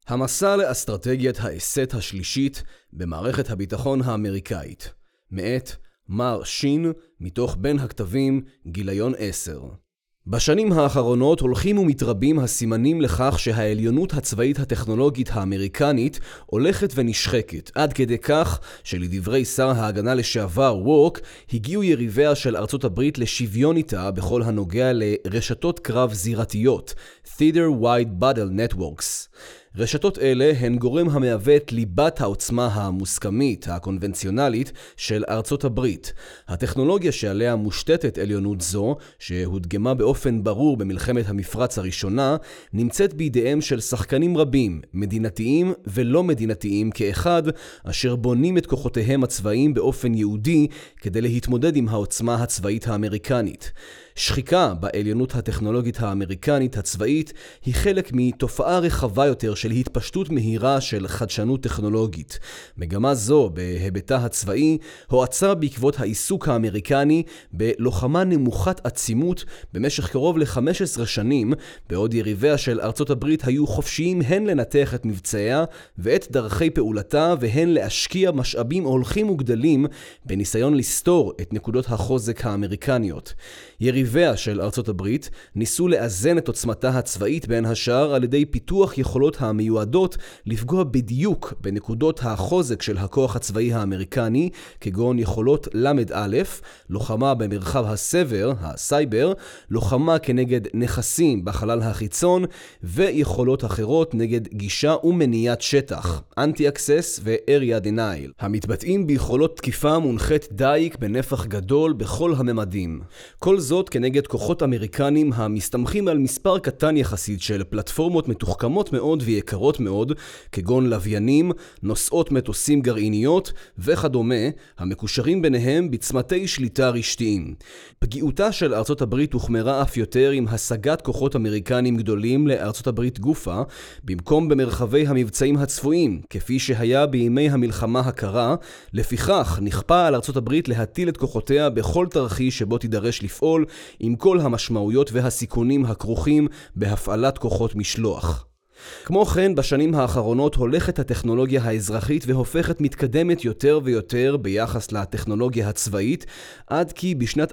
המסע לאסטרטגיית ההסת השלישית במערכת הביטחון האמריקאית, מאת מר שין, מתוך בין הכתבים גיליון 10. בשנים האחרונות הולכים ומתרבים הסימנים לכך שהעליונות הצבאית הטכנולוגית האמריקנית הולכת ונשחקת, עד כדי כך שלדברי שר ההגנה לשעבר וורק, הגיעו יריביה של ארצות הברית לשוויון איתה בכל הנוגע לרשתות קרב זירתיות, Theater Wide Battle Networks. רשתות אלה הן גורם המהווה את ליבת העוצמה המוסכמית, הקונבנציונלית של ארצות הברית. הטכנולוגיה שעליה מושתתת עליונות זו, שהודגמה באופן ברור במלחמת המפרץ הראשונה, נמצאת בידיהם של שחקנים רבים, מדינתיים ולא מדינתיים כאחד, אשר בונים את כוחותיהם הצבאיים באופן ייעודי כדי להתמודד עם העוצמה הצבאית האמריקנית. שחיקה בעליונות הטכנולוגית האמריקנית הצבאית היא חלק מתופעה רחבה יותר של התפשטות מהירה של חדשנות טכנולוגית. מגמה זו בהיבטה הצבאי הואצה בעקבות העיסוק האמריקני בלוחמה נמוכת עצימות במשך קרוב ל-15 שנים, בעוד יריביה של ארצות הברית היו חופשיים הן לנתח את מבצעיה ואת דרכי פעולתה והן להשקיע משאבים הולכים וגדלים בניסיון לסתור את נקודות החוזק האמריקניות. יריביה של ארצות הברית ניסו לאזן את עוצמתה הצבאית בין השאר על ידי פיתוח יכולות המיועדות לפגוע בדיוק בנקודות החוזק של הכוח הצבאי האמריקני, כגון יכולות למד א', לוחמה במרחב הסבר, הסייבר, לוחמה כנגד נכסים בחלל החיצון, ויכולות אחרות נגד גישה ומניעת שטח, Anti-Access ו-Area Denial, המתבטאים ביכולות תקיפה מונחית דייק בנפח גדול בכל הממדים. כל זאת כנגד כוחות אמריקנים המסתמכים על מספר קטן יחסית של פלטפורמות מתוחכמות מאוד ויקרות מאוד, כגון לוויינים, נושאות מטוסים גרעיניות וכדומה, המקושרים ביניהם בצמתי שליטה רשתיים. פגיעותה של ארצות הברית הוחמרה אף יותר עם השגת כוחות אמריקנים גדולים לארצות הברית גופה, במקום במרחבי המבצעים הצפויים, כפי שהיה בימי המלחמה הקרה. לפיכך נכפה על ארצות הברית להטיל את כוחותיה בכל תרחיש שבו תידרש לפעול, עם כל המשמעויות והסיכונים הכרוכים בהפעלת כוחות משלוח. כמו כן, בשנים האחרונות הולכת הטכנולוגיה האזרחית והופכת מתקדמת יותר ויותר ביחס לטכנולוגיה הצבאית, עד כי בשנת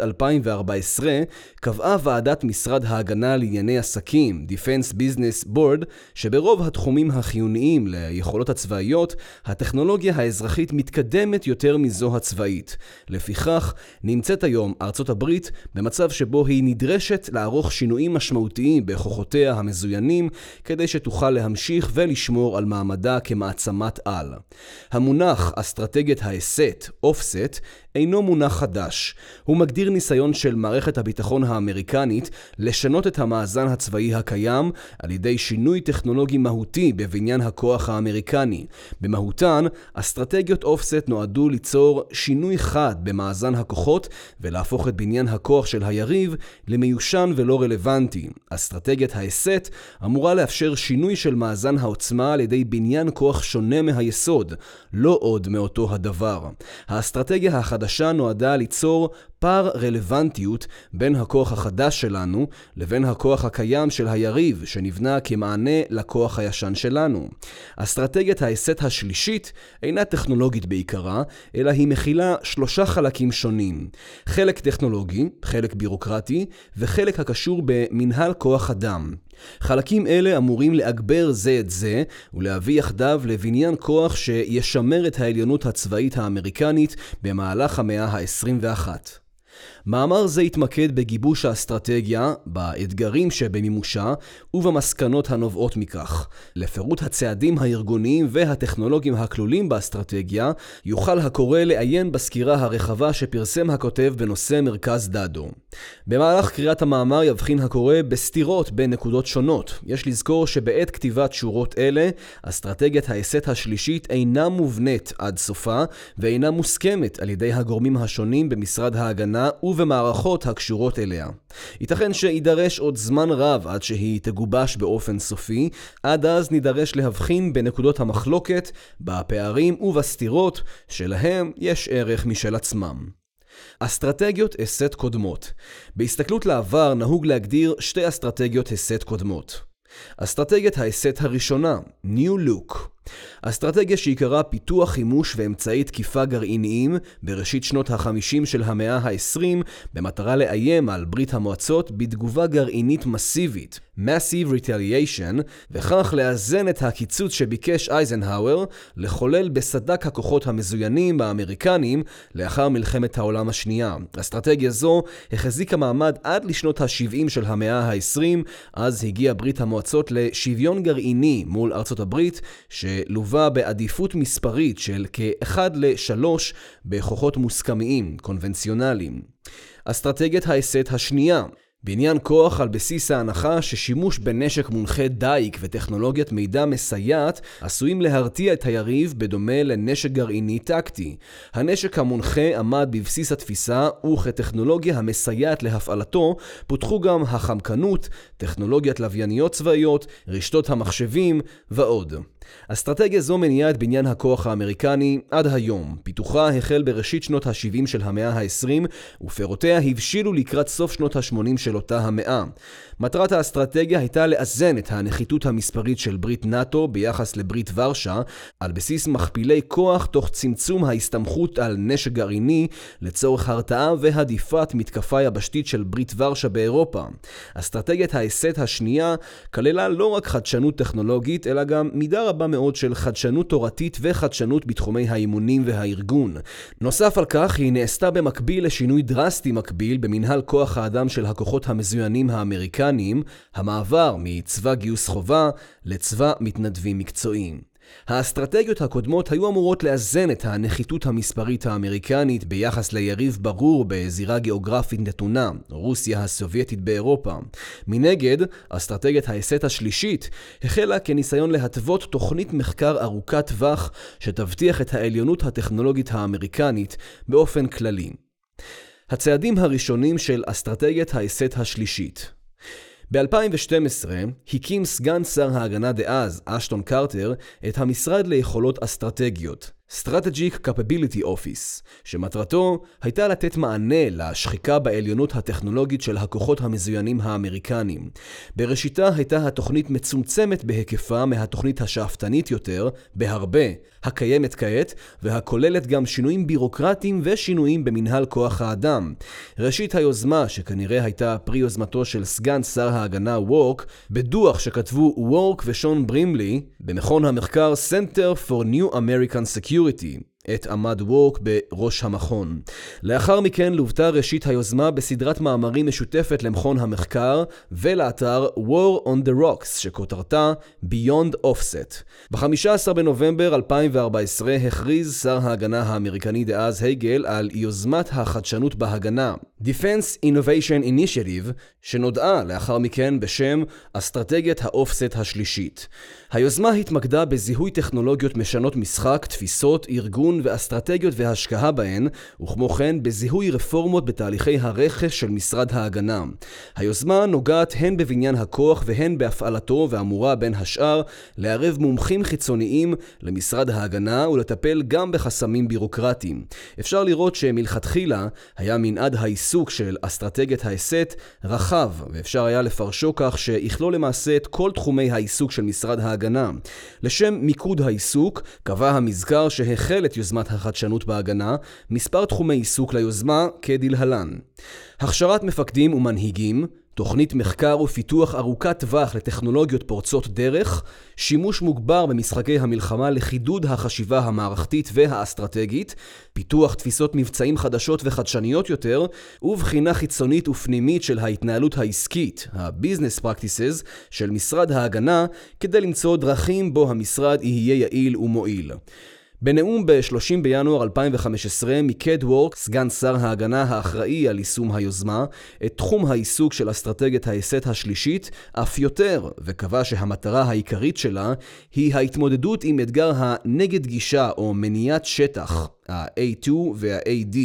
2014 קבעה ועדת משרד ההגנה לענייני עסקים, Defense Business Board, שברוב התחומים החיוניים ליכולות הצבאיות, הטכנולוגיה האזרחית מתקדמת יותר מזו הצבאית. לפיכך, נמצאת היום ארצות הברית במצב שבו היא נדרשת לערוך שינויים משמעותיים בכוחותיה המזוינים, כדי שתוכל להמשיך ולשמור על מעמדה כמעצמת על. המונח אסטרטגיית ההסת, offset, אינו מונח חדש. הוא מגדיר ניסיון של מערכת הביטחון האמריקנית לשנות את המאזן הצבאי הקיים על ידי שינוי טכנולוגי מהותי בבניין הכוח האמריקני. במהותן, אסטרטגיות offset נועדו ליצור שינוי חד במאזן הכוחות ולהפוך את בניין הכוח של היריב למיושן ולא רלוונטי. אסטרטגיית ההסת אמורה לאפשר שינוי של מאזן העוצמה על ידי בניין כוח שונה מהיסוד, לא עוד מאותו הדבר. האסטרטגיה החדשה נועדה ליצור פער רלוונטיות בין הכוח החדש שלנו לבין הכוח הקיים של היריב, שנבנה כמענה לכוח הישן שלנו. אסטרטגיית ההסת השלישית אינה טכנולוגית בעיקרה, אלא היא מכילה 3 חלקים שונים. חלק טכנולוגי, חלק בירוקרטי וחלק הקשור במנהל כוח אדם. חלקים אלה אמורים להגבר זה את זה ולהביא יחדיו לבניין כוח שישמר את העליונות הצבאית האמריקנית במהלך המאה ה-21. מאמר זה התמקד בגיבוש האסטרטגיה, באתגרים שבמימושה ובמסקנות הנובעות מכך. לפירוט הצעדים הארגוניים והטכנולוגיים הכלולים באסטרטגיה יוכל הקורא לעיין בסקירה הרחבה שפרסם הכותב בנושא מרכז דדו. במהלך קריאת המאמר יבחין הקורא בסתירות בין נקודות שונות. יש לזכור שבעת כתיבת שורות אלה, אסטרטגיית ההסת השלישית אינה מובנית עד סופה ואינה מוסכמת על ידי הגורמים השונים במשרד ההגנה ובמערכות הקשורות אליה. ייתכן שידרש עוד זמן רב עד שהיא תגובש באופן סופי, עד אז נידרש להבחין בנקודות המחלוקת, בפערים ובסתירות שלהם יש ערך משל עצמם. אסטרטגיות הסת קודמות. בהסתכלות לעבר נהוג להגדיר 2 אסטרטגיות הסת קודמות. אסטרטגיית ההסת הראשונה, New Look. אסטרטגיה שעיקרה פיתוח, חימוש ואמצעי תקיפה גרעיניים בראשית שנות ה-50 של המאה ה-20 במטרה לאיים על ברית המועצות בתגובה גרעינית מסיבית, Massive Retaliation, וכך לאזן את הקיצוץ שביקש אייזנהאואר לחולל בסדק הכוחות המזוינים האמריקנים לאחר מלחמת העולם השנייה. אסטרטגיה זו החזיקה מעמד עד לשנות ה-70 של המאה ה-20, אז הגיעה ברית המועצות לשוויון גרעיני מול ארצות הברית, שלווה בעדיפות מספרית של כ-1-3 בכוחות מוסכמיים, קונבנציונליים. אסטרטגיית ההסת השנייה, בעניין כוח על בסיס ההנחה ששימוש בנשק מונחה דייק וטכנולוגיית מידע מסייעת עשויים להרתיע את היריב בדומה לנשק גרעיני טקטי. הנשק המונחה עמד בבסיס התפיסה וכטכנולוגיה המסייעת להפעלתו פותחו גם החמקנות, טכנולוגיית לווייניות צבאיות, רשתות המחשבים ועוד. אסטרטגיה זו מניעה את בניין הכוח האמריקני עד היום. פיתוחה החל בראשית שנות ה-70 של המאה ה-20 ופירותיה הבשילו לקראת סוף שנות ה-80 של אותה המאה. מטרת האסטרטגיה הייתה לאזן את הנחיתות המספרית של ברית נאטו ביחס לברית ורשה על בסיס מכפילי כוח תוך צמצום ההסתמכות על נשק גרעיני לצורך הרתעה והדיפת מתקפה יבשתית של ברית ורשה באירופה. אסטרטגיית ההסת השנייה כללה לא רק חדשנות טכנולוגית אלא גם מידה רבה מאוד של חדשנות תורתית וחדשנות בתחומי האימונים והארגון. נוסף על כך היא נעשתה במקביל לשינוי דרסטי מקביל במנהל כוח האדם של הכוחות המזוינים האמריקניים, המעבר מצבא גיוס חובה לצבא מתנדבים מקצועיים. האסטרטגיות הקודמות היו אמורות לאזן את הנחיתות המספרית האמריקנית ביחס ליריב ברור בזירה גיאוגרפית נתונה, רוסיה הסובייטית באירופה. מנגד, אסטרטגיית ההסת השלישית החלה כניסיון להתוות תוכנית מחקר ארוכת טווח שתבטיח את העליונות הטכנולוגית האמריקנית באופן כללי. הצעדים הראשונים של אסטרטגיית ההסת השלישית. ב-2012 הקים סגן שר ההגנה דאז, אשטון קרטר, את המשרד ליכולות אסטרטגיות, Strategic Capability Office, שמטרתו הייתה לתת מענה לשחיקה בעליונות הטכנולוגית של הכוחות המזוינים האמריקנים. בראשיתה הייתה התוכנית מצומצמת בהיקפה מהתוכנית השאפתנית יותר, בהרבה, הקיימת כעת, והכוללת גם שינויים בירוקרטיים ושינויים במנהל כוח האדם. ראשית היוזמה, שכנראה הייתה פרי יוזמתו של סגן שר ההגנה וורק, בדוח שכתבו וורק ושון ברימלי, במכון המחקר Center for New American Security, את עמד וורק בראש המכון. לאחר מכן לוותה ראשית היוזמה בסדרת מאמרים משותפת למכון המחקר ולאתר War on the Rocks שכותרתה Beyond Offset. ב-15 בנובמבר 2014 הכריז שר ההגנה האמריקני דאז הייגל על יוזמת החדשנות בהגנה, Defense Innovation Initiative, שנודעה לאחר מכן בשם אסטרטגיית האופסט השלישית. היוזמה התמקדה בזיהוי טכנולוגיות משנות משחק, תפיסות, ארגון ואסטרטגיות והשקעה בהן, וכמו כן בזיהוי רפורמות בתהליכי הרכש של משרד ההגנה. היוזמה נוגעת הן בבניין הכוח והן בהפעלתו ואמורה בין השאר לערב מומחים חיצוניים למשרד ההגנה ולטפל גם בחסמים בירוקרטיים. אפשר לראות שמלכתחילה היה מנעד העיסוק של אסטרטגיית ההסת רחב, ואפשר היה לפרשו כך שיכלול למעשה את כל תחומי העיסוק של משרד ההגנה. לשם מיקוד העיסוק קבע המזכר שהחל את יוזמת החדשנות בהגנה מספר תחומי עיסוק ליוזמה כדלהלן: הכשרת מפקדים ומנהיגים, תוכנית מחקר ופיתוח ארוכת טווח לטכנולוגיות פורצות דרך, שימוש מוגבר במשחקי המלחמה לחידוד החשיבה המערכתית והאסטרטגית, פיתוח תפיסות מבצעים חדשות וחדשניות יותר, ובחינה חיצונית ופנימית של ההתנהלות העסקית, ה-Business Practices, של משרד ההגנה, כדי למצוא דרכים בו המשרד יהיה יעיל ומועיל. בנאום ב-30 בינואר 2015 מיקד וורק, סגן שר ההגנה האחראי על יישום היוזמה, את תחום העיסוק של אסטרטגיית ההסת השלישית אף יותר, וקבע שהמטרה העיקרית שלה היא ההתמודדות עם אתגר הנגד גישה או מניעת שטח. ה-A2 וה-AD.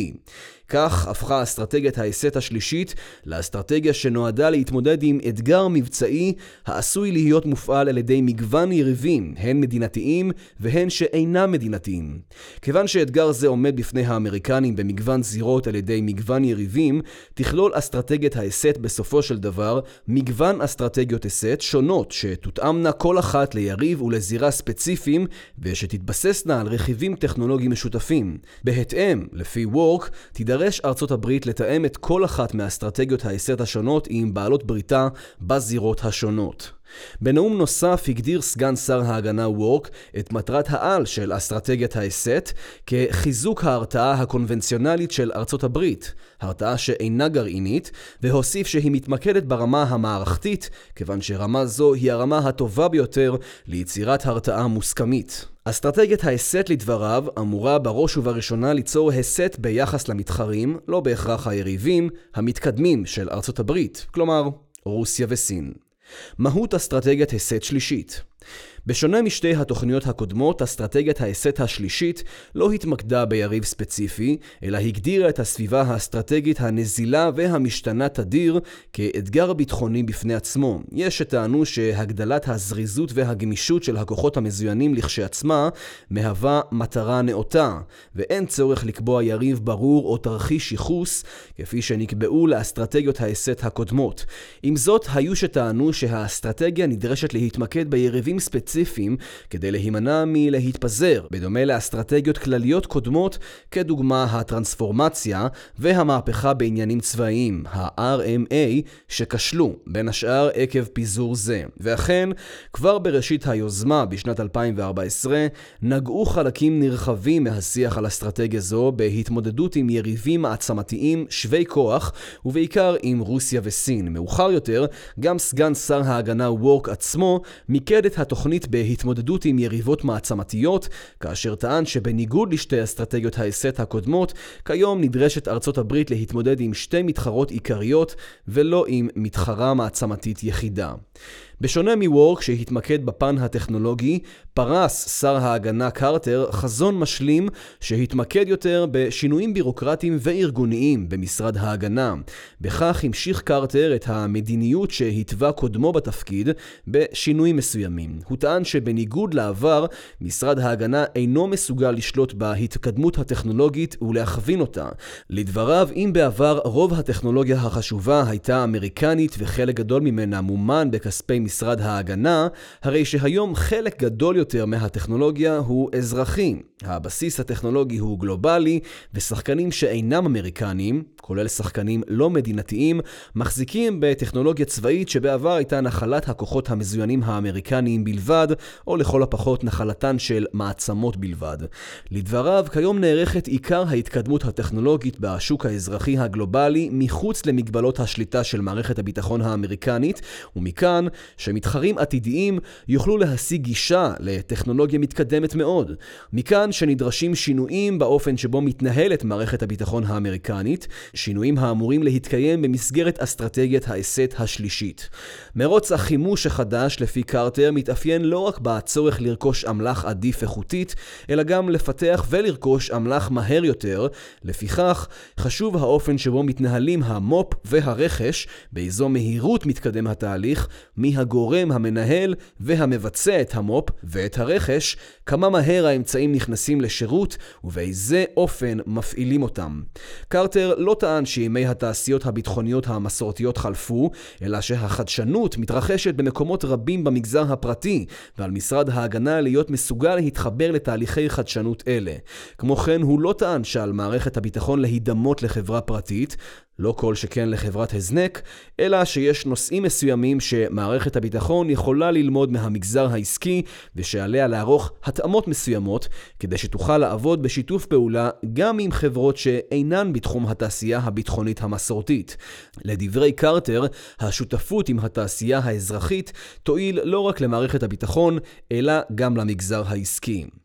כך הפכה אסטרטגיית ההסת השלישית לאסטרטגיה שנועדה להתמודד עם אתגר מבצעי העשוי להיות מופעל על ידי מגוון יריבים, הן מדינתיים והן שאינם מדינתיים. כיוון שאתגר זה עומד בפני האמריקנים במגוון זירות על ידי מגוון יריבים, תכלול אסטרטגיית ההסת בסופו של דבר מגוון אסטרטגיות הסת שונות שתותאמנה כל אחת ליריב ולזירה ספציפיים ושתתבססנה על רכיבים טכנולוגיים משותפים. בהתאם, לפי וורק, תידרש ארצות הברית לתאם את כל אחת מהאסטרטגיות ההסת השונות עם בעלות בריתה בזירות השונות. בנאום נוסף הגדיר סגן שר ההגנה וורק את מטרת העל של אסטרטגיית ההסת כחיזוק ההרתעה הקונבנציונלית של ארצות הברית, הרתעה שאינה גרעינית, והוסיף שהיא מתמקדת ברמה המערכתית, כיוון שרמה זו היא הרמה הטובה ביותר ליצירת הרתעה מוסכמית. אסטרטגיית ההסת לדבריו אמורה בראש ובראשונה ליצור הסת ביחס למתחרים, לא בהכרח היריבים, המתקדמים של ארצות הברית, כלומר רוסיה וסין. מהות אסטרטגיית הסת שלישית. בשונה משתי התוכניות הקודמות, אסטרטגיית ההסת השלישית לא התמקדה ביריב ספציפי, אלא הגדירה את הסביבה האסטרטגית הנזילה והמשתנה תדיר כאתגר ביטחוני בפני עצמו. יש שטענו שהגדלת הזריזות והגמישות של הכוחות המזוינים לכשעצמה מהווה מטרה נאותה, ואין צורך לקבוע יריב ברור או תרחיש ייחוס כפי שנקבעו לאסטרטגיות ההסת הקודמות. עם זאת, היו שטענו שהאסטרטגיה נדרשת להתמקד ביריבים ספציפיים כדי להימנע מלהתפזר, בדומה לאסטרטגיות כלליות קודמות כדוגמה הטרנספורמציה והמהפכה בעניינים צבאיים, ה-RMA, שכשלו בין השאר עקב פיזור זה. ואכן, כבר בראשית היוזמה בשנת 2014 נגעו חלקים נרחבים מהשיח על אסטרטגיה זו בהתמודדות עם יריבים מעצמתיים שווי כוח, ובעיקר עם רוסיה וסין. מאוחר יותר, גם סגן שר ההגנה וורק עצמו מיקד את התוכנית בהתמודדות עם יריבות מעצמתיות, כאשר טען שבניגוד לשתי אסטרטגיות ההסת הקודמות, כיום נדרשת ארצות הברית להתמודד עם שתי מתחרות עיקריות ולא עם מתחרה מעצמתית יחידה. בשונה מוורק שהתמקד בפן הטכנולוגי, פרס שר ההגנה קרטר חזון משלים שהתמקד יותר בשינויים בירוקרטיים וארגוניים במשרד ההגנה. בכך המשיך קרטר את המדיניות שהתווה קודמו בתפקיד בשינויים מסוימים. הוא טען שבניגוד לעבר, משרד ההגנה אינו מסוגל לשלוט בהתקדמות הטכנולוגית ולהכווין אותה. לדבריו, אם בעבר רוב הטכנולוגיה החשובה הייתה אמריקנית וחלק גדול ממנה מומן בכספי משרד ההגנה, הרי שהיום חלק גדול יותר מהטכנולוגיה הוא אזרחי. הבסיס הטכנולוגי הוא גלובלי, ושחקנים שאינם אמריקנים, כולל שחקנים לא מדינתיים, מחזיקים בטכנולוגיה צבאית שבעבר הייתה נחלת הכוחות המזוינים האמריקניים בלבד, או לכל הפחות נחלתן של מעצמות בלבד. לדבריו, כיום נערכת עיקר ההתקדמות הטכנולוגית בשוק האזרחי הגלובלי מחוץ למגבלות השליטה של מערכת הביטחון האמריקנית, ומכאן שמתחרים עתידיים יוכלו להשיג גישה לטכנולוגיה מתקדמת מאוד. מכאן שנדרשים שינויים באופן שבו מתנהלת מערכת הביטחון האמריקנית, שינויים האמורים להתקיים במסגרת אסטרטגיית ההסת השלישית. מרוץ החימוש החדש לפי קרטר מתאפיין לא רק בצורך לרכוש אמל"ח עדיף איכותית, אלא גם לפתח ולרכוש אמל"ח מהר יותר. לפיכך, חשוב האופן שבו מתנהלים המו"פ והרכש, באיזו מהירות מתקדם התהליך, מי הגורם המנהל והמבצע את המו"פ ואת הרכש, כמה מהר האמצעים נכנסים לשירות ובאיזה אופן מפעילים אותם. קרטר לא טען שימי התעשיות הביטחוניות המסורתיות חלפו, אלא שהחדשנות מתרחשת במקומות רבים במגזר הפרטי, ועל משרד ההגנה להיות מסוגל להתחבר לתהליכי חדשנות אלה. כמו כן, הוא לא טען שעל מערכת הביטחון להידמות לחברה פרטית, לא כל שכן לחברת הזנק, אלא שיש נושאים מסוימים שמערכת הביטחון יכולה ללמוד מהמגזר העסקי ושעליה לערוך התאמות מסוימות כדי שתוכל לעבוד בשיתוף פעולה גם עם חברות שאינן בתחום התעשייה הביטחונית המסורתית. לדברי קרטר, השותפות עם התעשייה האזרחית תועיל לא רק למערכת הביטחון אלא גם למגזר העסקי.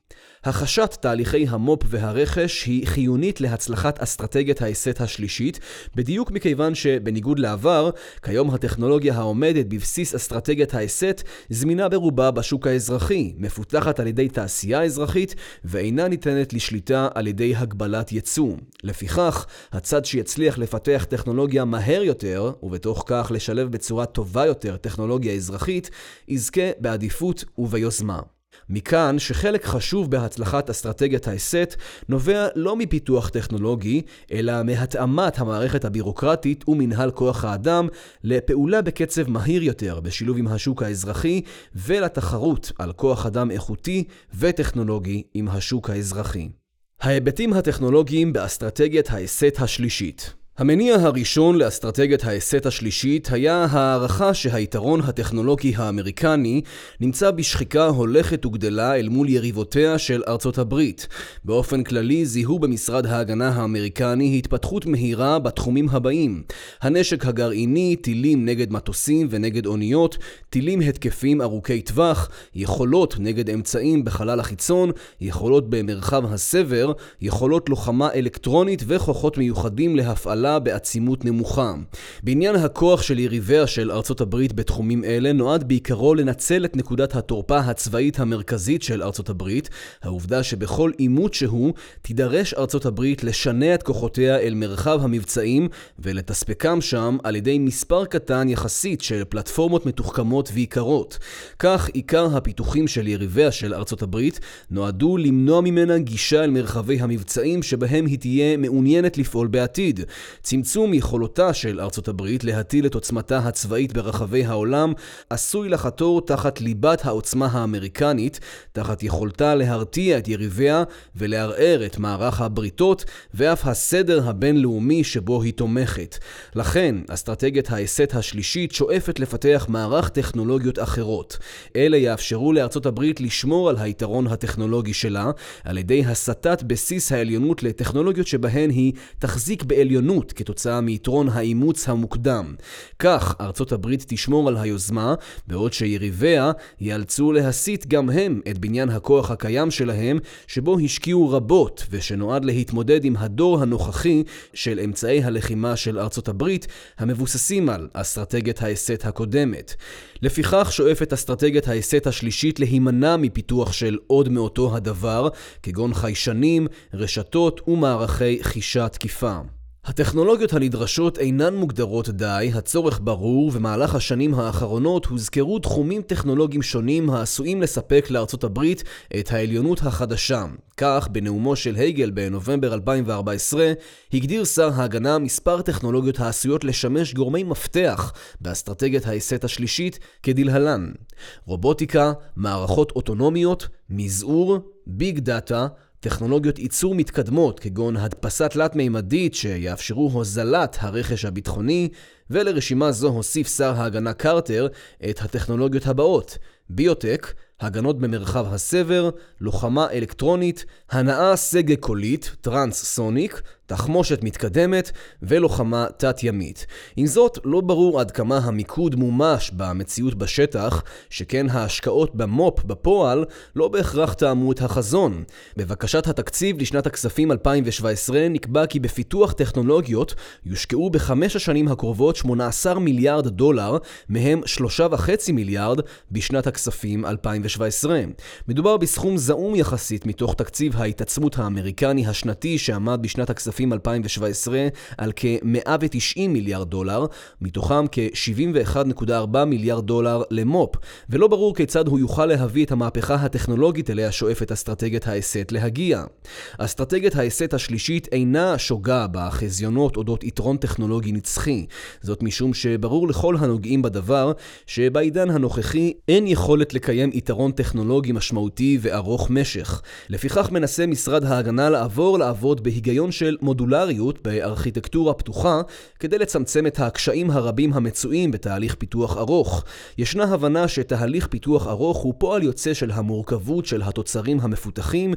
החשת תהליכי המו"פ והרכש היא חיונית להצלחת אסטרטגיית ההסת השלישית, בדיוק מכיוון שבניגוד לעבר, כיום הטכנולוגיה העומדת בבסיס אסטרטגיית ההסת זמינה ברובה בשוק האזרחי, מפותחת על ידי תעשייה אזרחית ואינה ניתנת לשליטה על ידי הגבלת ייצוא. לפיכך, הצד שיצליח לפתח טכנולוגיה מהר יותר, ובתוך כך לשלב בצורה טובה יותר טכנולוגיה אזרחית, יזכה בעדיפות וביוזמה. מכאן שחלק חשוב בהצלחת אסטרטגיית ההסת נובע לא מפיתוח טכנולוגי, אלא מהתאמת המערכת הבירוקרטית ומנהל כוח האדם לפעולה בקצב מהיר יותר בשילוב עם השוק האזרחי ולתחרות על כוח אדם איכותי וטכנולוגי עם השוק האזרחי. ההיבטים הטכנולוגיים באסטרטגיית ההסת השלישית. המניע הראשון לאסטרטגיית ההסת השלישית היה הערכה שהיתרון הטכנולוגי האמריקני נמצא בשחיקה הולכת וגדלה אל מול יריבותיה של ארצות הברית. באופן כללי זיהו במשרד ההגנה האמריקני התפתחות מהירה בתחומים הבאים: הנשק הגרעיני, טילים נגד מטוסים ונגד אוניות, טילים התקפים ארוכי טווח, יכולות נגד אמצעים בחלל החיצון, יכולות במרחב הסבר, יכולות לוחמה אלקטרונית וכוחות מיוחדים להפעלה בעצימות נמוכה. בעניין הכוח של יריביה של ארצות הברית בתחומים אלה נועד בעיקרו לנצל את נקודת התורפה הצבאית המרכזית של ארצות הברית, העובדה שבכל עימות שהוא תידרש ארצות הברית לשנע את כוחותיה אל מרחב המבצעים ולתספקם שם על ידי מספר קטן יחסית של פלטפורמות מתוחכמות ועיקרות. כך עיקר הפיתוחים של יריביה של ארצות הברית נועדו למנוע ממנה גישה אל מרחבי המבצעים שבהם היא תהיה מעוניינת לפעול בעתיד. צמצום יכולתה של ארצות הברית להטיל את עוצמתה הצבאית ברחבי העולם עשוי לחתור תחת ליבת העוצמה האמריקנית, תחת יכולתה להרתיע את יריביה ולערער את מערך הבריתות ואף הסדר הבינלאומי שבו היא תומכת. לכן, אסטרטגיית ההסת השלישית שואפת לפתח מערך טכנולוגיות אחרות. אלה יאפשרו לארצות הברית לשמור על היתרון הטכנולוגי שלה על ידי הסטת בסיס העליונות לטכנולוגיות שבהן היא תחזיק בעליונות כתוצאה מיתרון האימוץ המוקדם. כך ארצות הברית תשמור על היוזמה, בעוד שיריביה ייאלצו להסיט גם הם את בניין הכוח הקיים שלהם, שבו השקיעו רבות ושנועד להתמודד עם הדור הנוכחי של אמצעי הלחימה של ארצות הברית, המבוססים על אסטרטגיית ההסת הקודמת. לפיכך שואפת אסטרטגיית ההסת השלישית להימנע מפיתוח של עוד מאותו הדבר, כגון חיישנים, רשתות ומערכי חישה תקיפה. הטכנולוגיות הנדרשות אינן מוגדרות די, הצורך ברור, ומהלך השנים האחרונות הוזכרו תחומים טכנולוגיים שונים העשויים לספק לארצות הברית את העליונות החדשה. כך, בנאומו של הייגל בנובמבר 2014, הגדיר שר ההגנה מספר טכנולוגיות העשויות לשמש גורמי מפתח באסטרטגיית ההסת השלישית כדלהלן: רובוטיקה, מערכות אוטונומיות, מזעור, ביג דאטה, טכנולוגיות ייצור מתקדמות כגון הדפסה תלת-מימדית שיאפשרו הוזלת הרכש הביטחוני, ולרשימה זו הוסיף שר ההגנה קרטר את הטכנולוגיות הבאות: ביוטק, הגנות במרחב הסבר, לוחמה אלקטרונית, הנעה סגה קולית, טרנס-סוניק, תחמושת מתקדמת ולוחמה תת-ימית. עם זאת, לא ברור עד כמה המיקוד מומש במציאות בשטח, שכן ההשקעות במו"פ בפועל לא בהכרח תאמו את החזון. בבקשת התקציב לשנת הכספים 2017 נקבע כי בפיתוח טכנולוגיות יושקעו בחמש השנים הקרובות 18 מיליארד דולר, מהם 3.5 מיליארד בשנת הכספים 2017. מדובר בסכום זעום יחסית מתוך תקציב ההתעצמות האמריקני השנתי שעמד בשנת הכספים 2017 על כ-190 מיליארד דולר, מתוכם כ-71.4 מיליארד דולר למו"פ, ולא ברור כיצד הוא יוכל להביא את המהפכה הטכנולוגית אליה שואפת אסטרטגיית ההסת להגיע. אסטרטגיית ההסת השלישית אינה שוגה בחזיונות אודות יתרון טכנולוגי נצחי. זאת משום שברור לכל הנוגעים בדבר שבעידן הנוכחי אין יכולת לקיים יתרון טכנולוגי משמעותי וארוך משך. לפיכך מנסה משרד ההגנה לעבור לעבוד בהיגיון של מודולריות בארכיטקטורה פתוחה כדי לצמצם את הקשיים הרבים המצויים בתהליך פיתוח ארוך. ישנה הבנה שתהליך פיתוח ארוך הוא פועל יוצא של המורכבות של התוצרים המפותחים,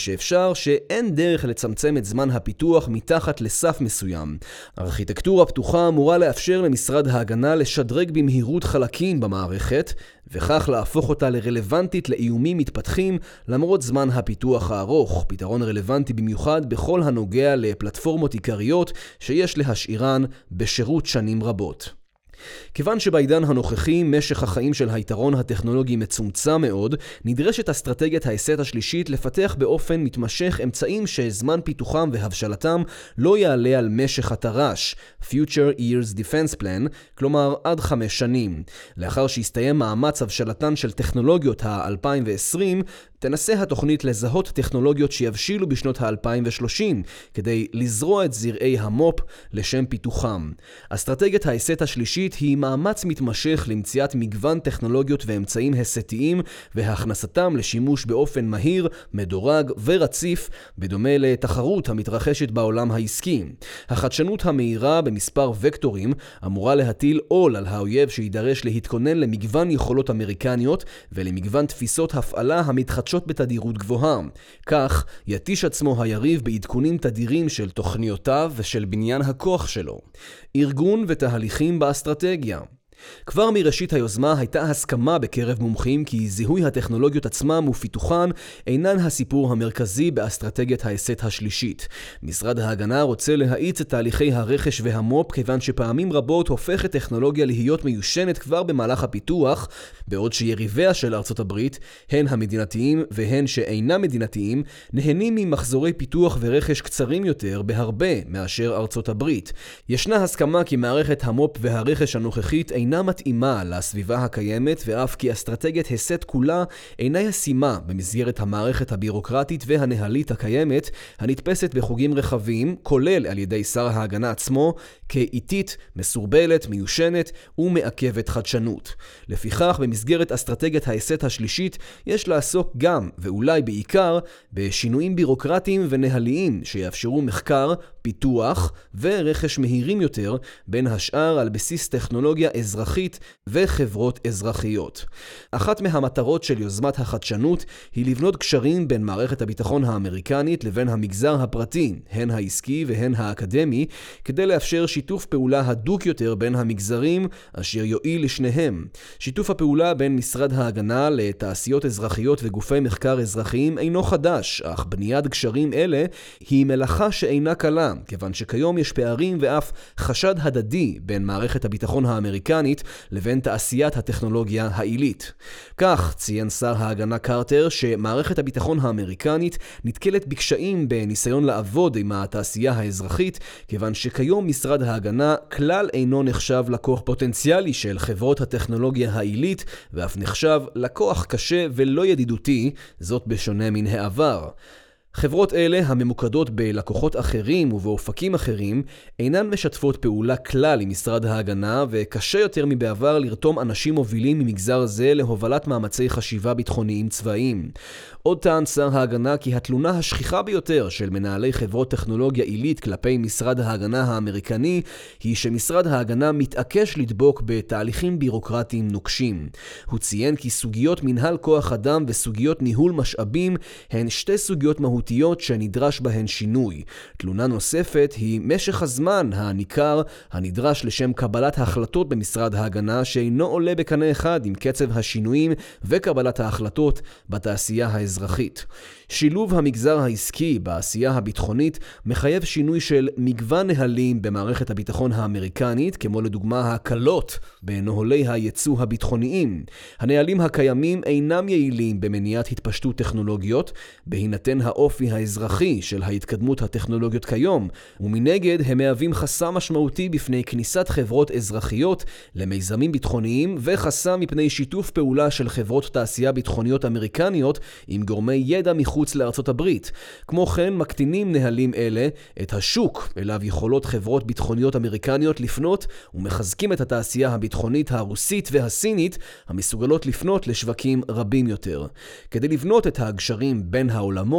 שאין דרך לצמצם את זמן הפיתוח מתחת לסף מסוים. ארכיטקטורה פתוחה אמורה לאפשר למשרד ההגנה לשדרג במהירות חלקים במערכת, וכך להפוך אותה לרלוונטית לאיומים מתפתחים למרות זמן הפיתוח הארוך, פתרון רלוונטי במיוחד בכל הנוגע לפלטפורמות עיקריות שיש להשאירן בשירות שנים רבות. כיוון שבעידן הנוכחי משך החיים של היתרון הטכנולוגי מצומצם מאוד, נדרשת אסטרטגיית ההסת השלישית לפתח באופן מתמשך אמצעים שזמן פיתוחם והבשלתם לא יעלה על משך התר"ש, Future Years Defense Plan, כלומר עד 5 שנים. לאחר שיסתיים מאמץ הבשלתן של טכנולוגיות ה-2020, תנסה התוכנית לזהות טכנולוגיות שיבשילו בשנות ה-2030, כדי לזרוע את זרעי המופ לשם פיתוחם. אסטרטגיית ההסת השלישית היא מאמץ מתמשך למציאת מגוון טכנולוגיות ואמצעים הסתיים, והכנסתם לשימוש באופן מהיר, מדורג ורציף, בדומה לתחרות המתרחשת בעולם העסקי. החדשנות המהירה במספר וקטורים אמורה להטיל עול על האויב שידרש להתכונן למגוון יכולות אמריקניות ולמגוון תפיסות הפעלה המתחדשות בתדירות גבוהה. כך יתיש עצמו היריב בעדכונים תדירים של תוכניותיו ושל בניין הכוח שלו. ארגון ותהליכים באסטרטגיה. כבר מראשית היוזמה הייתה הסכמה בקרב מומחים כי זיהוי הטכנולוגיות עצמם ופיתוחן אינן הסיפור המרכזי באסטרטגיית ההסת השלישית. משרד ההגנה רוצה להאיץ את תהליכי הרכש והמופ כיוון שפעמים רבות הופכת טכנולוגיה להיות מיושנת כבר במהלך הפיתוח, בעוד שיריביה של ארצות הברית, הן המדינתיים והן שאינם מדינתיים, נהנים ממחזורי פיתוח ורכש קצרים יותר בהרבה מאשר ארצות הברית. ישנה הסכמה כי מערכת המופ והרכש הנוכחית אינה מתאימה לסביבה הקיימת, ואף כי אסטרטגיית הסת כולה אינה ישימה במסגרת המערכת הבירוקרטית והנהלית הקיימת, הנתפסת בחוגים רחבים, כולל על ידי שר ההגנה עצמו, כאיטית, מסורבלת, מיושנת ומעכבת חדשנות. לפיכך, במסגרת אסטרטגיית ההסת השלישית, יש לעסוק גם, ואולי בעיקר, בשינויים בירוקרטיים ונהליים שיאפשרו מחקר, פיתוח ורכש מהירים יותר, בין השאר על בסיס טכנולוגיה אזרחית וחברות אזרחיות. אחת מהמטרות של יוזמת החדשנות היא לבנות קשרים בין מערכת הביטחון האמריקנית לבין המגזר הפרטי, הן העסקי והן האקדמי, כדי לאפשר שיתוף פעולה הדוק יותר בין המגזרים, אשר יועיל לשניהם. שיתוף הפעולה בין משרד ההגנה לתעשיות אזרחיות וגופי מחקר אזרחיים אינו חדש, אך בניית קשרים אלה היא מלאכה שאינה קלה, כיוון שכיום יש פערים ואף חשד הדדי בין מערכת הביטחון האמריקנית לבין תעשיית הטכנולוגיה העילית. כך ציין שר ההגנה קרטר שמערכת הביטחון האמריקנית נתקלת בקשיים בניסיון לעבוד עם התעשייה האזרחית, כיוון שכיום משרד ההגנה כלל אינו נחשב לקוח פוטנציאלי של חברות הטכנולוגיה העילית, ואף נחשב לקוח קשה ולא ידידותי, זאת בשונה מן העבר. חברות אלה הממוקדות בלקוחות אחרים ובאופקים אחרים אינן משתפות פעולה כלל עם משרד ההגנה, וקשה יותר מבעבר לרתום אנשים מובילים ממגזר זה להובלת מאמצי חשיבה ביטחוניים צבאיים. עוד טען שר ההגנה כי התלונה השכיחה ביותר של מנהלי חברות טכנולוגיה עילית כלפי משרד ההגנה האמריקני היא שמשרד ההגנה מתעקש לדבוק בתהליכים בירוקרטיים נוקשים. הוא ציין כי סוגיות מנהל כוח אדם וסוגיות ניהול משאבים הן שתי סוגיות מהותיות שנדרש בהן שינוי. תלונה נוספת היא משך הזמן הניכר הנדרש לשם קבלת ההחלטות במשרד ההגנה, שאינו עולה בקנה אחד עם קצב השינויים וקבלת ההחלטות בתעשייה האזרחית. שילוב המגזר העסקי בעשייה הביטחונית מחייב שינוי של מגוון נהלים במערכת הביטחון האמריקנית, כמו לדוגמה ההקלות בנוהלי הייצוא הביטחוניים. הנהלים הקיימים אינם יעילים במניעת התפשטות טכנולוגיות, בהינתן האופי האזרחי של ההתקדמות הטכנולוגיות כיום, ומנגד הם מהווים חסם משמעותי בפני כניסת חברות אזרחיות למיזמים ביטחוניים, וחסם מפני שיתוף פעולה של חברות תעשייה ביטחוניות אמריקניות עם גורמי ידע מחוץ לארצות הברית. כמו כן, מקטינים נהלים אלה את השוק אליו יכולות חברות ביטחוניות אמריקניות לפנות, ומחזקים את התעשייה הביטחונית הרוסית והסינית המסוגלות לפנות לשווקים רבים יותר. כדי לבנות את הגשרים בין העולמות,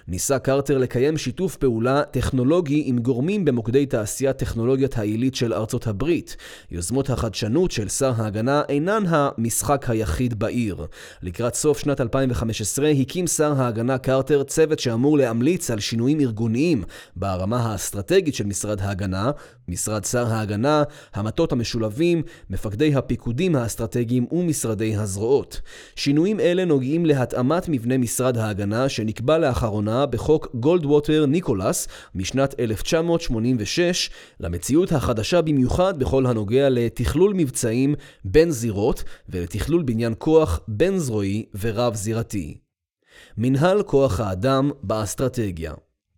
ניסה קרטר לקיים שיתוף פעולה טכנולוגי עם גורמים במוקדי תעשיית טכנולוגיית העילית של ארצות הברית. יוזמות החדשנות של שר ההגנה אינן המשחק היחיד בעיר. לקראת סוף שנת 2015 הקים שר ההגנה קרטר צוות שאמור להמליץ על שינויים ארגוניים ברמה האסטרטגית של משרד ההגנה, משרד שר ההגנה, המטות המשולבים, מפקדי הפיקודים האסטרטגיים ומשרדי הזרועות. שינויים אלה נוגעים להתאמת מבנה משרד ההגנה שנקבע לאחרונה בחוק גולדווטר-ניקולס משנת 1986 למציאות החדשה במיוחד בכל הנוגע לתכלול מבצעים בין זירות ולתכלול בניין כוח בין זרועי ורב זירתי. מנהל כוח האדם באסטרטגיה.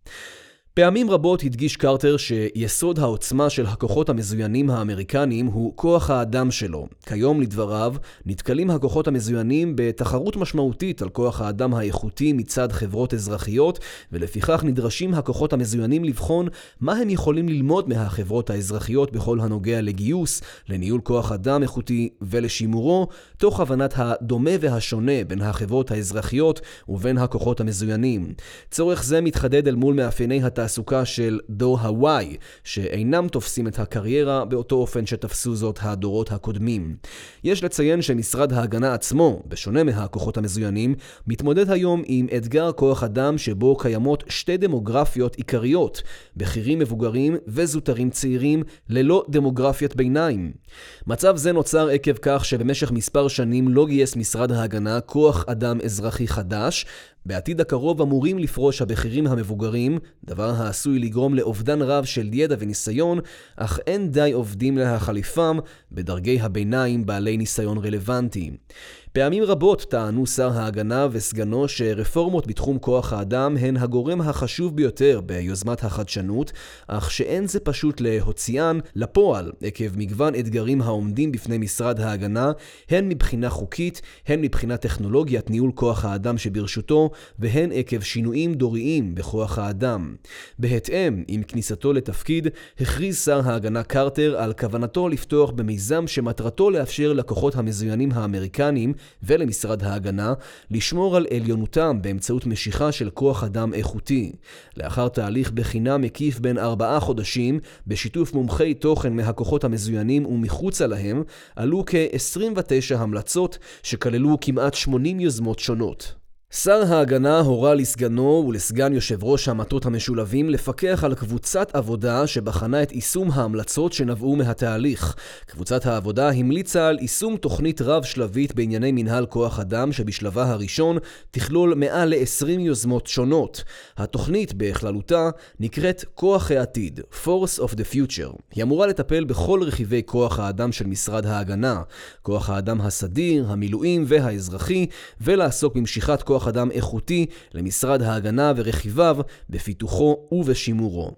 פעמים רבות הדגיש קרטר שיסוד העוצמה של הכוחות המזוינים האמריקניים הוא כוח האדם שלו. כיום לדבריו נתקלים הכוחות המזוינים בתחרות משמעותית על כוח האדם האיכותי מצד חברות אזרחיות, ולפיכך נדרשים הכוחות המזוינים לבחון מה הם יכולים ללמוד מהחברות האזרחיות בכל הנוגע לגיוס, לניהול כוח אדם איכותי ולשימורו, תוך הבנת הדומה והשונה בין החברות האזרחיות ובין הכוחות המזוינים. צורך זה מתחדד אל מול מאפייני התעסוקה של דור הוואי, שאינם תופסים את הקריירה באותו אופן שתפסו זאת הדורות הקודמים. יש לציין שמשרד ההגנה עצמו, בשונה מהכוחות המזוינים, מתמודד היום עם אתגר כוח אדם שבו קיימות שתי דמוגרפיות עיקריות, בכירים מבוגרים וזוטרים צעירים ללא דמוגרפיית ביניים. מצב זה נוצר עקב כך שבמשך מספר שנים לא גייס משרד ההגנה כוח אדם אזרחי חדש. בעתיד הקרוב אמורים לפרוש הבכירים המבוגרים, דבר העשוי לגרום לאובדן רב של ידע וניסיון, אך אין די עובדים להחליפם בדרגי הביניים בעלי ניסיון רלוונטי. פעמים רבות טענו שר ההגנה וסגנו שרפורמות בתחום כוח האדם הן הגורם החשוב ביותר ביוזמת החדשנות, אך שאין זה פשוט להוציאן לפועל עקב מגוון אתגרים העומדים בפני משרד ההגנה, הן מבחינה חוקית, הן מבחינה טכנולוגיית ניהול כוח האדם שברשותו, והן עקב שינויים דוריים בכוח האדם. בהתאם, עם כניסתו לתפקיד, הכריז שר ההגנה קרטר על כוונתו לפתוח במיזם שמטרתו לאפשר לכוחות המזוינים האמריקניים ולמשרד ההגנה לשמור על עליונותם באמצעות משיכה של כוח אדם איכותי. לאחר תהליך בחינה מקיף בין 4 חודשים, בשיתוף מומחי תוכן מהכוחות המזוינים ומחוצה להם, עלו כ-29 המלצות שכללו כמעט 80 יוזמות שונות. שר ההגנה הורה לסגנו ולסגן יושב ראש המטות המשולבים לפקח על קבוצת עבודה שבחנה את יישום ההמלצות שנבעו מהתהליך. קבוצת העבודה המליצה על יישום תוכנית רב שלבית בענייני מנהל כוח אדם שבשלבה הראשון תכלול מעל ל-20 יוזמות שונות. התוכנית בכללותה נקראת כוח העתיד, Force of the Future. היא אמורה לטפל בכל רכיבי כוח האדם של משרד ההגנה, כוח האדם הסדיר, המילואים והאזרחי, ולעסוק במשיכת כוח אדם איכותי למשרד ההגנה ורכיביו בפיתוחו ובשימורו.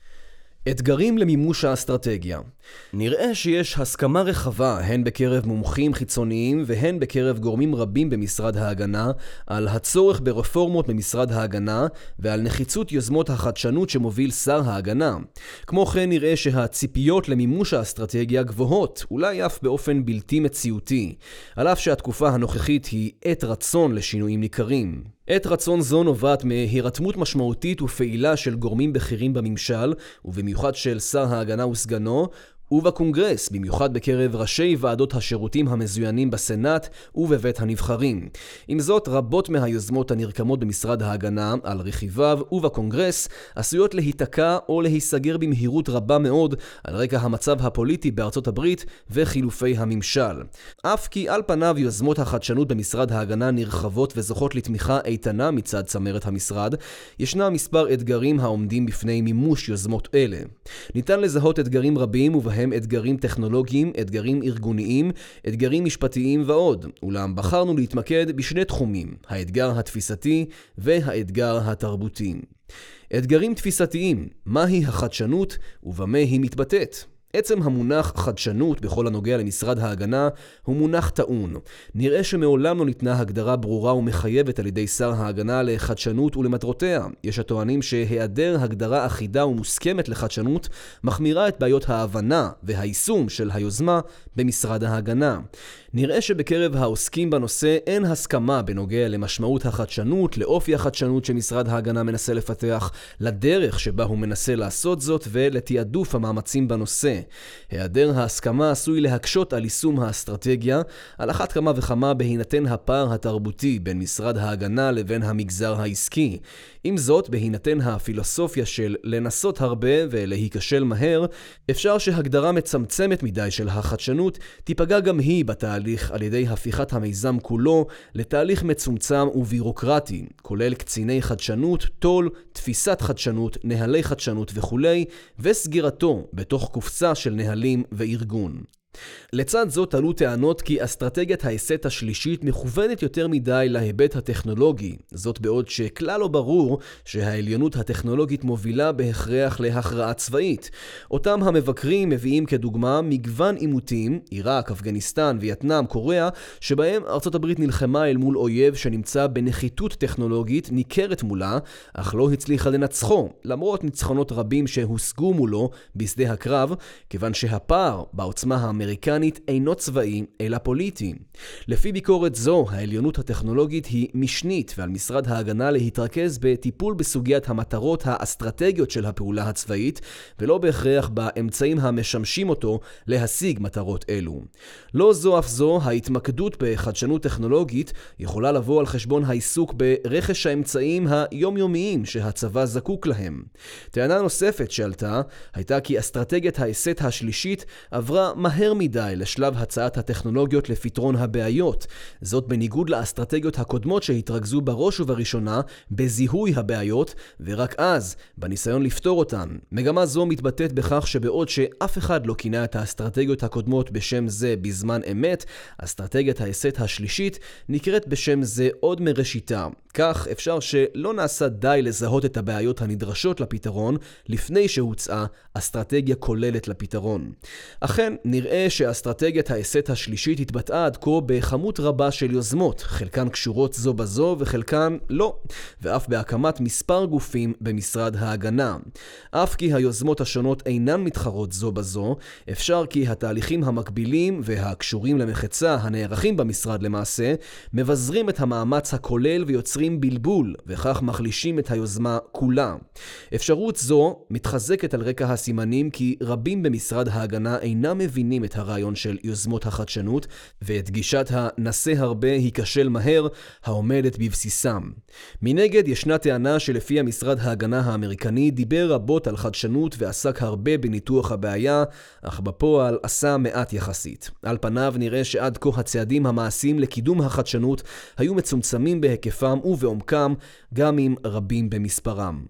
אתגרים למימוש האסטרטגיה. נראה שיש הסכמה רחבה הן בקרב מומחים חיצוניים והן בקרב גורמים רבים במשרד ההגנה על הצורך ברפורמות במשרד ההגנה ועל נחיצות יוזמות החדשנות שמוביל שר ההגנה. כמו כן נראה שהציפיות למימוש האסטרטגיה גבוהות, אולי אף באופן בלתי מציאותי, על אף שהתקופה הנוכחית היא עת רצון לשינויים ניכרים. עת רצון זו נובעת מהירתמות משמעותית ופעילה של גורמים בכירים בממשל, ובמיוחד של שר ההגנה וסגנו, ובקונגרס, במיוחד בקרב ראשי ועדות השירותים המזוינים בסנאט ובבית הנבחרים. עם זאת, רבות מהיוזמות הנרקמות במשרד ההגנה על רכיביו ובקונגרס עשויות להיתקע או להיסגר במהירות רבה מאוד על רקע המצב הפוליטי בארצות הברית וחילופי הממשל. אף כי על פניו יוזמות החדשנות במשרד ההגנה נרחבות וזוכות לתמיכה איתנה מצד צמרת המשרד, ישנם מספר אתגרים העומדים בפני מימוש יוזמות אלה. ניתן לזהות אתגרים רבים ובהם אתגרים טכנולוגיים, אתגרים ארגוניים, אתגרים משפטיים ועוד. אולם בחרנו להתמקד בשני תחומים, האתגר התפיסתי והאתגר התרבותי. אתגרים תפיסתיים, מהי החדשנות ובמה היא מתבטאת? עצם המונח חדשנות בכל הנוגע למשרד ההגנה הוא מונח טעון. נראה שמעולם לא ניתנה הגדרה ברורה ומחייבת על ידי שר ההגנה לחדשנות ולמטרותיה. יש הטוענים שהיעדר הגדרה אחידה ומוסכמת לחדשנות מחמירה את בעיות ההבנה והיישום של היוזמה במשרד ההגנה. נראה שבקרב העוסקים בנושא אין הסכמה בנוגע למשמעות החדשנות, לאופי החדשנות שמשרד ההגנה מנסה לפתח, לדרך שבה הוא מנסה לעשות זאת ולתיעדוף המאמצים בנושא. היעדר ההסכמה עשוי להקשות על יישום האסטרטגיה, על אחת כמה וכמה בהינתן הפער התרבותי בין משרד ההגנה לבין המגזר העסקי. עם זאת, בהינתן הפילוסופיה של לנסות הרבה ולהיכשל מהר, אפשר שהגדרה מצמצמת מדי של החדשנות תיפגע גם היא בתהליך על ידי הפיכת המיזם כולו לתהליך מצומצם ובירוקרטי, כולל קציני חדשנות, תול, תפיסת חדשנות, נהלי חדשנות וכו', וסגירתו בתוך קופסה של נהלים וארגון. לצד זאת עלו טענות כי אסטרטגיית ההסת השלישית מכוונת יותר מדי להיבט הטכנולוגי, זאת בעוד שכלל לא ברור שהעליונות הטכנולוגית מובילה בהכרח להכרעה צבאית. אותם המבקרים מביאים כדוגמה מגוון עימותים, עיראק, אפגניסטן, וייטנאם, קוריאה, שבהם ארצות הברית נלחמה אל מול אויב שנמצא בנחיתות טכנולוגית ניכרת מולה, אך לא הצליחה לנצחו, למרות ניצחונות רבים שהושגו מולו בשדה הקרב, כיוון שהפער בעוצמה האמריקנית אינו צבאי אלא פוליטי. לפי ביקורת זו, העליונות הטכנולוגית היא משנית, ועל משרד ההגנה להתרכז בטיפול בסוגיית המטרות האסטרטגיות של הפעולה הצבאית, ולא בהכרח באמצעים המשמשים אותו להשיג מטרות אלו. לא זו אף זו, ההתמקדות בחדשנות טכנולוגית יכולה לבוא על חשבון העיסוק ברכש האמצעים היומיומיים שהצבא זקוק להם. טענה נוספת שעלתה הייתה כי אסטרטגיית ההסת השלישית עברה מהר מדי לשלב הצעת הטכנולוגיות לפתרון הבעיות. זאת בניגוד לאסטרטגיות הקודמות שהתרכזו בראש ובראשונה בזיהוי הבעיות, ורק אז בניסיון לפתור אותן. מגמה זו מתבטאת בכך שבעוד שאף אחד לא כינה את האסטרטגיות הקודמות בשם זה בזמן אמת, אסטרטגיית ההסת השלישית נקראת בשם זה עוד מראשיתה. כך אפשר שלא נעשה די לזהות את הבעיות הנדרשות לפתרון לפני שהוצעה אסטרטגיה כוללת לפתרון. אכן, נראה שאסטרטגיית ההסת השלישית התבטאה עד כה בכמות רבה של יוזמות, חלקן קשורות זו בזו וחלקן לא, ואף בהקמת מספר גופים במשרד ההגנה. אף כי היוזמות השונות אינן מתחרות זו בזו, אפשר כי התהליכים המקבילים והקשורים למחצה הנערכים במשרד למעשה, מבזרים את המאמץ הכולל ויוצרים בלבול, וכך מחלישים את היוזמה כולה. אפשרות זו מתחזקת על רקע הסימנים כי רבים במשרד ההגנה אינם מבינים את הרעיון של יוזמות החדשנות, ואת גישת הנסה הרבה היכשל מהר העומדת בבסיסם. מנגד, ישנה טענה שלפי המשרד ההגנה האמריקני דיבר רבות על חדשנות ועסק הרבה בניתוח הבעיה, אך בפועל עשה מעט יחסית. על פניו נראה שעד כה הצעדים המעשיים לקידום החדשנות היו מצומצמים בהיקפם ובעומקם, גם אם רבים במספרם.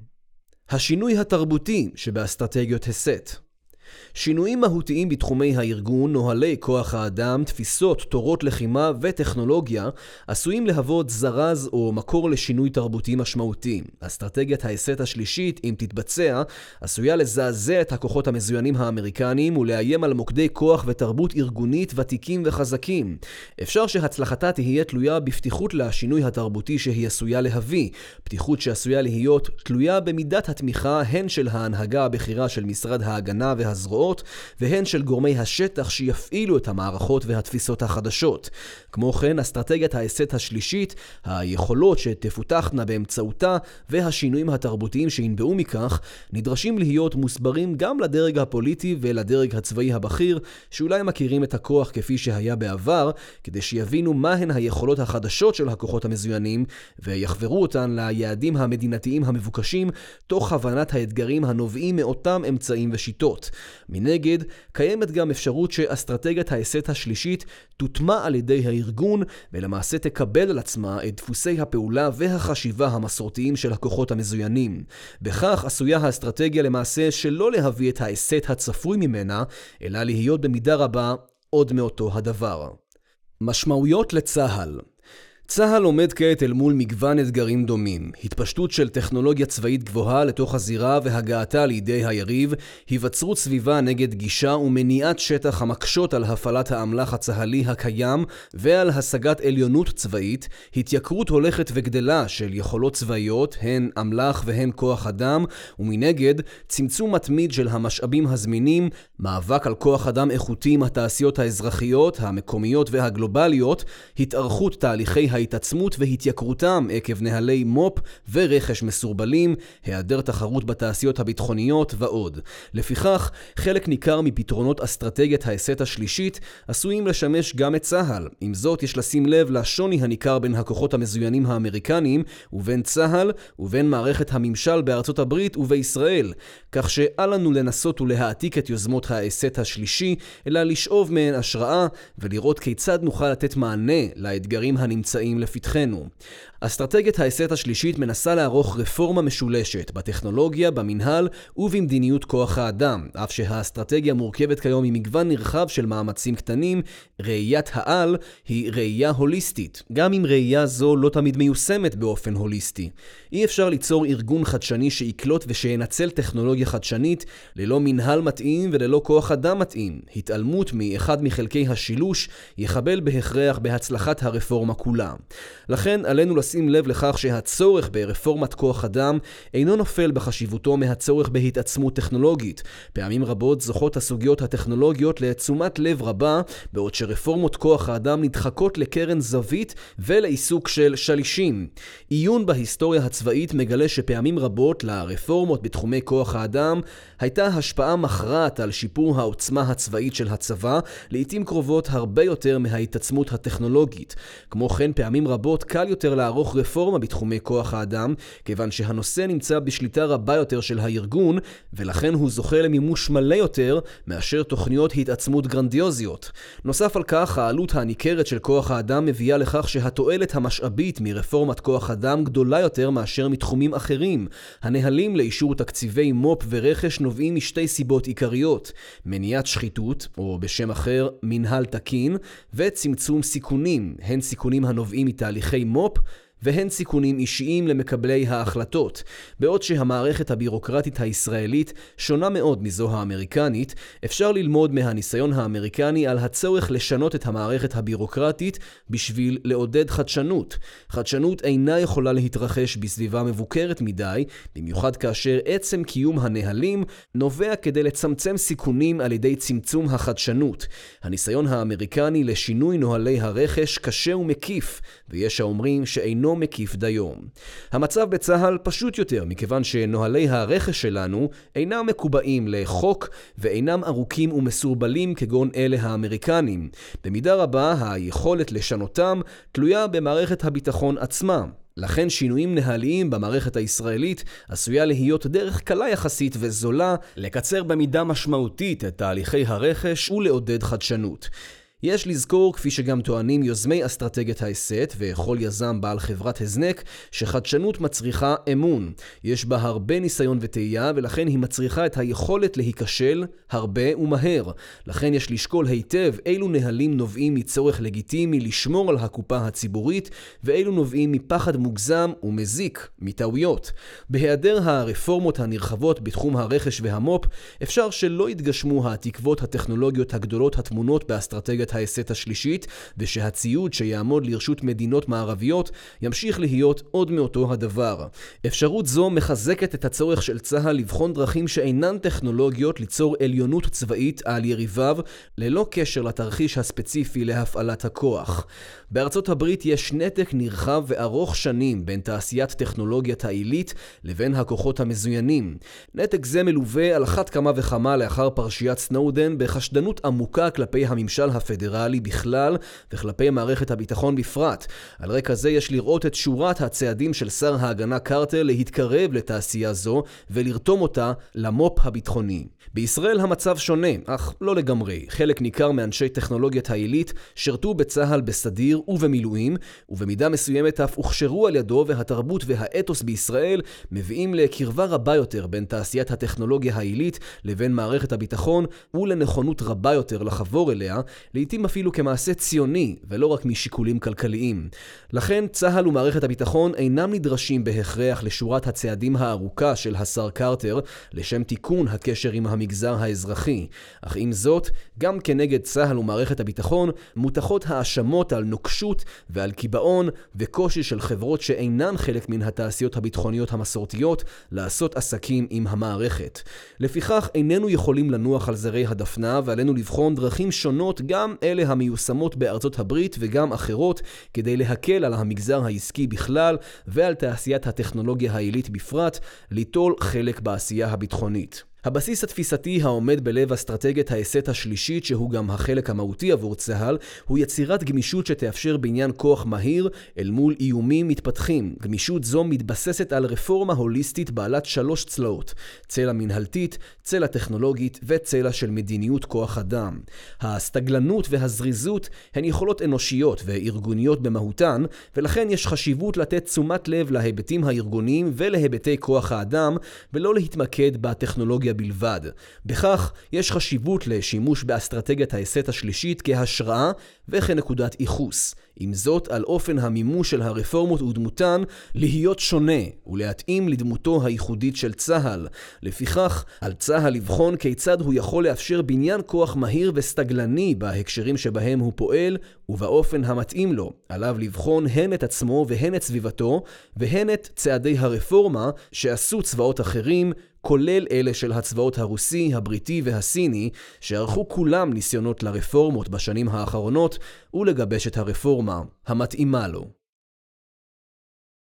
השינוי התרבותי שבאסטרטגיות הסת. שינויים מהותיים בתחומי הארגון, נוהלי כוח האדם, תפיסות, תורות לחימה וטכנולוגיה עשויים להוות זרז או מקור לשינוי תרבותי משמעותי. אסטרטגיית ההסת השלישית, אם תתבצע, עשויה לזעזע את הכוחות המזוינים האמריקניים ולאיים על מוקדי כוח ותרבות ארגונית ותיקים וחזקים. אפשר שהצלחתה תהיה תלויה בפתיחות לשינוי התרבותי שהיא עשויה להביא, פתיחות שעשויה להיות תלויה במידת התמיכה הן של ההנהגה הבכירה של משרד ההגנה הזרועות, והן של גורמי השטח שיפעילו את המערכות והתפיסות החדשות. כמו כן, אסטרטגיית ההסת השלישית, היכולות שתפותחנה באמצעותה והשינויים התרבותיים שינבעו מכך, נדרשים להיות מוסברים גם לדרג הפוליטי ולדרג הצבאי הבכיר, שאולי מכירים את הכוח כפי שהיה בעבר, כדי שיבינו מהן היכולות החדשות של הכוחות המזוינים, ויחברו אותן ליעדים המדינתיים המבוקשים, תוך הבנת האתגרים הנובעים מאותם אמצעים ושיטות. מנגד, קיימת גם אפשרות שאסטרטגיית ההסת השלישית תוטמע על ידי הארגון, ולמעשה תקבל על עצמה את דפוסי הפעולה והחשיבה המסורתיים של הכוחות המזוינים. בכך עשויה האסטרטגיה למעשה שלא להביא את ההסת הצפוי ממנה, אלא להיות במידה רבה עוד מאותו הדבר. משמעויות לצה"ל. צה"ל עומד כעת אל מול מגוון אתגרים דומים. התפשטות של טכנולוגיה צבאית גבוהה לתוך הזירה והגעתה לידי היריב, היווצרות סביבה נגד גישה ומניעת שטח המקשות על הפעלת האמל"ח הצה"לי הקיים ועל השגת עליונות צבאית, התייקרות הולכת וגדלה של יכולות צבאיות, הן אמל"ח והן כוח אדם, ומנגד צמצום מתמיד של המשאבים הזמינים, מאבק על כוח אדם איכותי עם התעשיות האזרחיות, המקומיות והגלובליות, התארכות תהליכי ההתעצמות והתייקרותם עקב נהלי מו"פ ורכש מסורבלים, היעדר תחרות בתעשיות הביטחוניות ועוד. לפיכך, חלק ניכר מפתרונות אסטרטגיית ההסת השלישית עשויים לשמש גם את צה"ל. עם זאת, יש לשים לב לשוני הניכר בין הכוחות המזוינים האמריקניים ובין צה"ל ובין מערכת הממשל בארצות הברית ובישראל, כך שאל לנו לנסות ולהעתיק את יוזמות ההסת השלישי, אלא לשאוב מהן השראה ולראות כיצד נוכל לתת מענה לאתגרים הנמצאים לפתחנו. אסטרטגיית ההסת השלישית מנסה לערוך רפורמה משולשת בטכנולוגיה, במנהל ובמדיניות כוח האדם. אף שהאסטרטגיה מורכבת כיום ממגוון נרחב של מאמצים קטנים, ראיית העל היא ראייה הוליסטית. גם אם ראייה זו לא תמיד מיושמת באופן הוליסטי. אי אפשר ליצור ארגון חדשני שיקלוט ושינצל טכנולוגיה חדשנית ללא מנהל מתאים וללא כוח אדם מתאים. התעלמות מאחד מחלקי השילוש יחבל בהכרח בהצלחת הרפורמה כולה. לכן עלינו לשים לב לכך שהצורך ברפורמת כוח אדם אינו נופל בחשיבותו מהצורך בהתעצמות טכנולוגית. פעמים רבות זוכות הסוגיות הטכנולוגיות לתשומת לב רבה, בעוד שרפורמות כוח האדם נדחקות לקרן זווית ולעיסוק של שלישים. עיון בהיסטוריה הצבאית מגלה שפעמים רבות לרפורמות בתחומי כוח האדם הייתה השפעה מכרעת על שיפור העוצמה הצבאית של הצבא, לעתים קרובות הרבה יותר מההתעצמות הטכנולוגית. כמו כן, פעמים רבות קל יותר לערוך רפורמה בתחומי כוח האדם, כיוון שהנושא נמצא בשליטה רבה יותר של הארגון, ולכן הוא זוכה למימוש מלא יותר מאשר תוכניות התעצמות גרנדיוזיות. נוסף על כך, העלות הניכרת של כוח האדם מביאה לכך שהתועלת המשאבית מרפורמת כוח אדם גדולה יותר מאשר מתחומים אחרים. הנהלים לאישור תקציבי מו"פ ורכש נובעים משתי סיבות עיקריות: מניעת שחיתות, או בשם אחר מנהל תקין, וצמצום סיכונים, הן סיכונים הנובעים מתהליכי מו"פ והן סיכונים אישיים למקבלי ההחלטות. בעוד שהמערכת הבירוקרטית הישראלית שונה מאוד מזו האמריקנית, אפשר ללמוד מהניסיון האמריקני על הצורך לשנות את המערכת הבירוקרטית בשביל לעודד חדשנות. חדשנות אינה יכולה להתרחש בסביבה מבוקרת מדי, במיוחד כאשר עצם קיום הנהלים נובע כדי לצמצם סיכונים על ידי צמצום החדשנות. הניסיון האמריקני לשינוי נוהלי הרכש קשה ומקיף, ויש האומרים שאינו מקיף דיום. המצב בצה"ל פשוט יותר, מכיוון שנוהלי הרכש שלנו אינם מקובעים לחוק ואינם ארוכים ומסורבלים כגון אלה האמריקנים. במידה רבה היכולת לשנותם תלויה במערכת הביטחון עצמה. לכן שינויים נהליים במערכת הישראלית עשויה להיות דרך קלה יחסית וזולה לקצר במידה משמעותית את תהליכי הרכש ולעודד חדשנות. יש לזכור, כפי שגם טוענים יוזמי אסטרטגיית ההסת וכל יזם בעל חברת הזנק, שחדשנות מצריכה אמון. יש בה הרבה ניסיון וטעייה, ולכן היא מצריכה את היכולת להיכשל הרבה ומהר. לכן יש לשקול היטב אילו נהלים נובעים מצורך לגיטימי לשמור על הקופה הציבורית, ואילו נובעים מפחד מוגזם ומזיק מטעויות. בהיעדר הרפורמות הנרחבות בתחום הרכש והמו"פ, אפשר שלא יתגשמו התקוות הטכנולוגיות הגדולות התמונות באסטרטגיית ההסת השלישית, ושהציוד שיעמוד לרשות מדינות מערביות ימשיך להיות עוד מאותו הדבר. אפשרות זו מחזקת את הצורך של צה"ל לבחון דרכים שאינן טכנולוגיות ליצור עליונות צבאית על יריביו, ללא קשר לתרחיש הספציפי להפעלת הכוח. בארצות הברית יש נתק נרחב וארוך שנים בין תעשיית טכנולוגיית העילית לבין הכוחות המזוינים. נתק זה מלווה על אחת כמה וכמה לאחר פרשיית סנודן בחשדנות עמוקה כלפי הממשל הפדרלי בכלל וכלפי מערכת הביטחון בפרט. על רקע זה יש לראות את שורת הצעדים של שר ההגנה קרטר להתקרב לתעשייה זו ולרתום אותה למו"פ הביטחוני. בישראל המצב שונה, אך לא לגמרי. חלק ניכר מאנשי טכנולוגיית העילית שרתו בצה"ל בסדיר ובמילואים, ובמידה מסוימת אף הוכשרו על ידו, והתרבות והאתוס בישראל מביאים לקרבה רבה יותר בין תעשיית הטכנולוגיה העילית לבין מערכת הביטחון, ולנכונות רבה יותר לחבור אליה, לעתים לעתים אפילו כמעשה ציוני, ולא רק משיקולים כלכליים. לכן צה"ל ומערכת הביטחון אינם נדרשים בהכרח לשורת הצעדים הארוכה של השר קרטר, לשם תיקון הקשר עם המגזר האזרחי. אך עם זאת, גם כנגד צה"ל ומערכת הביטחון, מותחות האשמות על נוקשות ועל קיבעון וקושי של חברות שאינן חלק מן התעשיות הביטחוניות המסורתיות לעשות עסקים עם המערכת. לפיכך איננו יכולים לנוח על זרי הדפנה, ועלינו לבחון דרכים שונות, גם אלה המיושמות בארצות הברית וגם אחרות, כדי להקל על המגזר העסקי בכלל ועל תעשיית הטכנולוגיה העילית בפרט, ליטול חלק בעשייה הביטחונית. הבסיס התפיסתי העומד בלב אסטרטגיית ההסת השלישית, שהוא גם החלק המהותי עבור צה"ל, הוא יצירת גמישות שתאפשר בניין כוח מהיר אל מול איומים מתפתחים. גמישות זו מתבססת על רפורמה הוליסטית בעלת 3 צלעות: צלע מנהלתית, צלע טכנולוגית וצלע של מדיניות כוח אדם. הסתגלנות והזריזות הן יכולות אנושיות וארגוניות במהותן, ולכן יש חשיבות לתת תשומת לב להיבטים הארגוניים ולהיבטי כוח האדם, ולא להתמקד בטכנולוגיה בלבד. בכך יש חשיבות לשימוש באסטרטגיית ההסת השלישית כהשראה וכנקודת ייחוס. עם זאת, על אופן המימוש של הרפורמות ודמותן להיות שונה ולהתאים לדמותו הייחודית של צה"ל. לפיכך, על צה"ל לבחון כיצד הוא יכול לאפשר בניין כוח מהיר וסתגלני בהקשרים שבהם הוא פועל ובאופן המתאים לו. עליו לבחון הן את עצמו והן את סביבתו, והן את צעדי הרפורמה שעשו צבאות אחרים, כולל אלה של הצבאות הרוסי, הבריטי והסיני, שערכו כולם ניסיונות לרפורמות בשנים האחרונות ולגבש את הרפורמה המתאימה לו.